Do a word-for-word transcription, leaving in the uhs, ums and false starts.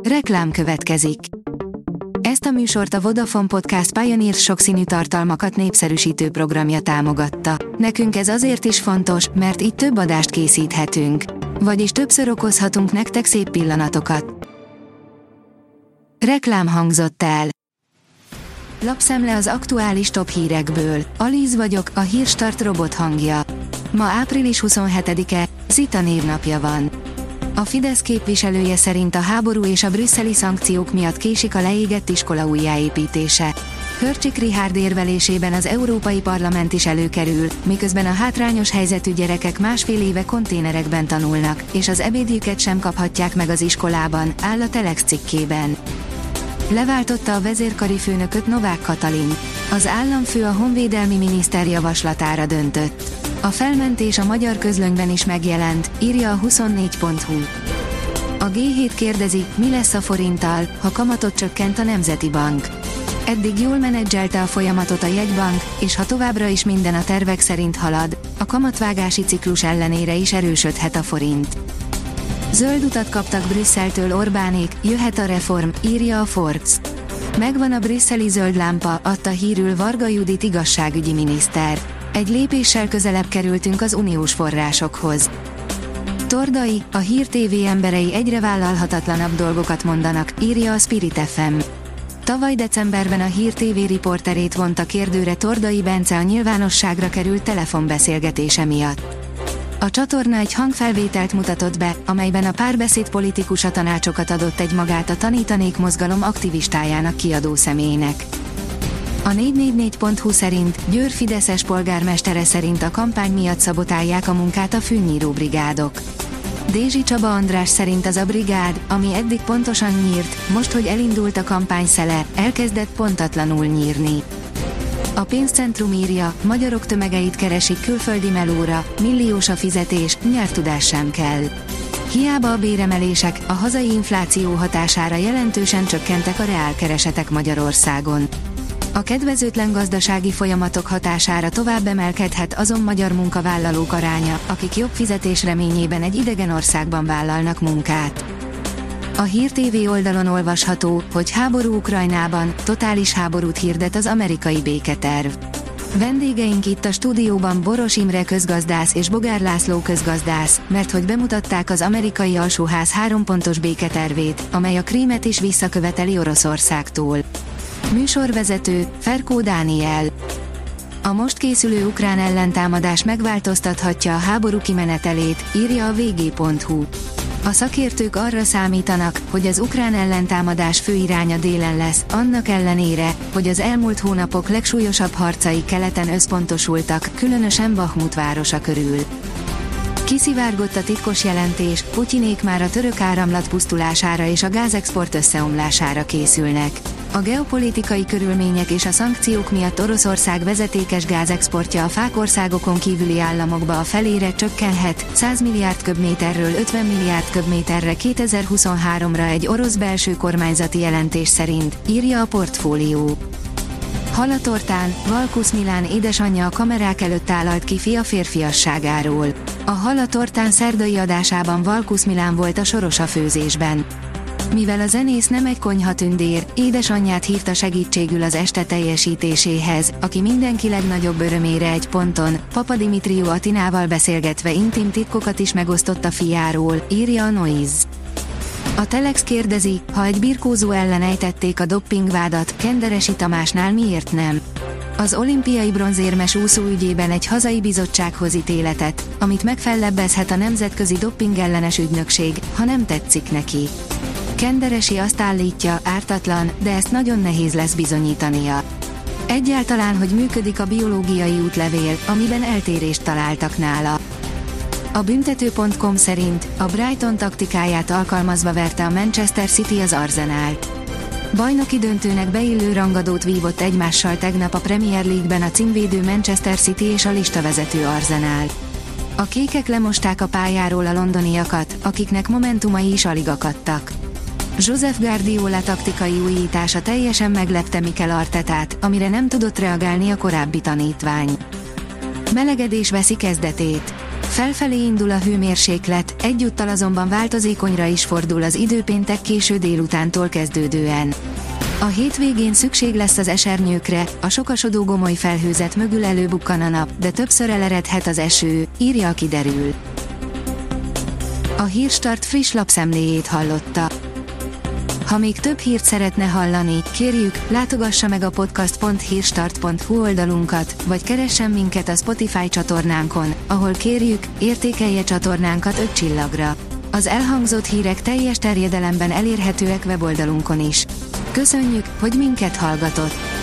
Reklám következik. Ezt a műsort a Vodafone Podcast Pioneer sokszínű tartalmakat népszerűsítő programja támogatta. Nekünk ez azért is fontos, mert így több adást készíthetünk. Vagyis többször okozhatunk nektek szép pillanatokat. Reklám hangzott el. Lapszemle az aktuális top hírekből. Alíz vagyok, a Hírstart robot hangja. Ma április huszonhetedike, Zita névnapja van. A Fidesz képviselője szerint a háború és a brüsszeli szankciók miatt késik a leégett iskola újjáépítése. Hörcsik Richárd érvelésében az Európai Parlament is előkerül, miközben a hátrányos helyzetű gyerekek másfél éve konténerekben tanulnak, és az ebédjüket sem kaphatják meg az iskolában, áll a Telex cikkében. Leváltotta a vezérkari főnököt Novák Katalin. Az államfő a honvédelmi miniszter javaslatára döntött. A felmentés a magyar közlönyben is megjelent, írja a huszonnégy pont hu. A gé hét kérdezi, mi lesz a forinttal, ha kamatot csökkent a Nemzeti Bank. Eddig jól menedzselte a folyamatot a jegybank, és ha továbbra is minden a tervek szerint halad, a kamatvágási ciklus ellenére is erősödhet a forint. Zöld utat kaptak Brüsszeltől Orbánék, jöhet a reform, írja a Forbes. Megvan a brüsszeli zöld lámpa, adta hírül Varga Judit igazságügyi miniszter. Egy lépéssel közelebb kerültünk az uniós forrásokhoz. Tordai, a Hír té vé emberei egyre vállalhatatlanabb dolgokat mondanak, írja a Spirit ef em. Tavaly decemberben a Hír té vé riporterét vonta kérdőre Tordai Bence a nyilvánosságra került telefonbeszélgetése miatt. A csatorna egy hangfelvételt mutatott be, amelyben a párbeszéd politikusa tanácsokat adott egy magát a Tanítanék mozgalom aktivistájának kiadó személynek. A négy négy négy pont hu szerint Győr fideszes polgármestere szerint a kampány miatt szabotálják a munkát a fűnyíró brigádok. Dézsi Csaba András szerint az a brigád, ami eddig pontosan nyírt, most, hogy elindult a kampány szele, elkezdett pontatlanul nyírni. A Pénzcentrum írja, magyarok tömegeit keresik külföldi melóra, milliós a fizetés, nyelvtudás sem kell. Hiába a béremelések, a hazai infláció hatására jelentősen csökkentek a reálkeresetek Magyarországon. A kedvezőtlen gazdasági folyamatok hatására tovább emelkedhet azon magyar munkavállalók aránya, akik jobb fizetés reményében egy idegen országban vállalnak munkát. A Hír té vé oldalon olvasható, hogy háború Ukrajnában, totális háborút hirdet az amerikai béketerv. Vendégeink itt a stúdióban Boros Imre közgazdász és Bogár László közgazdász, mert hogy bemutatták az amerikai alsóház három pontos béketervét, amely a Krímet is visszaköveteli Oroszországtól. Műsorvezető, Ferkó Dániel. A most készülő ukrán ellentámadás megváltoztathatja a háború kimenetelét, írja a vé gé pont hu. A szakértők arra számítanak, hogy az ukrán ellentámadás fő iránya délen lesz, annak ellenére, hogy az elmúlt hónapok legsúlyosabb harcai keleten összpontosultak, különösen Bahmut városa körül. Kiszivárgott a titkos jelentés, Putyinék már a török áramlat pusztulására és a gázexport összeomlására készülnek. A geopolitikai körülmények és a szankciók miatt Oroszország vezetékes gázexportja a fák országokon kívüli államokba a felére csökkenhet, száz milliárd köbméterről ötven milliárd köbméterre kétezer-huszonháromra egy orosz belső kormányzati jelentés szerint, írja a Portfólió. Halatortán, Valkusz Milán édesanyja a kamerák előtt állalt ki fia férfiasságáról. A Halatortán szerdai adásában Valkusz Milán volt a soros a főzésben. Mivel a zenész nem egy konyhatündér, édesanyját hívta segítségül az este teljesítéséhez, aki mindenki legnagyobb örömére egy ponton, Papa Dimitriou Atinával beszélgetve intim titkokat is megosztott a fiáról, írja a Noise. A Telex kérdezi, ha egy birkózó ellen ejtették a doppingvádat, Kenderesi Tamásnál miért nem? Az olimpiai bronzérmes úszó ügyében egy hazai bizottság hoz ítéletet, amit megfellebbezhet a Nemzetközi Doppingellenes Ügynökség, ha nem tetszik neki. Kenderesi azt állítja, ártatlan, de ezt nagyon nehéz lesz bizonyítania. Egyáltalán, hogy működik a biológiai útlevél, amiben eltérést találtak nála. A büntető pont com szerint a Brighton taktikáját alkalmazva verte a Manchester City az Arsenált. Bajnoki döntőnek beillő rangadót vívott egymással tegnap a Premier League-ben a címvédő Manchester City és a listavezető Arsenal. A kékek lemosták a pályáról a londoniakat, akiknek momentumai is alig akadtak. Josep Guardiola taktikai újítása teljesen meglepte Mikel Artetát, amire nem tudott reagálni a korábbi tanítvány. Melegedés veszi kezdetét. Felfelé indul a hőmérséklet, egyúttal azonban változékonyra is fordul az idő péntek késő délutántól kezdődően. A hétvégén szükség lesz az esernyőkre, a sokasodó gomoly felhőzet mögül előbukkan a nap, de többször eleredhet az eső, írja a Kiderül. A Hírstart friss lapszemléjét hallotta. Ha még több hírt szeretne hallani, kérjük, látogassa meg a podcast pont hírstart pont hu oldalunkat, vagy keressen minket a Spotify csatornánkon, ahol kérjük, értékelje csatornánkat öt csillagra. Az elhangzott hírek teljes terjedelemben elérhetőek weboldalunkon is. Köszönjük, hogy minket hallgatott!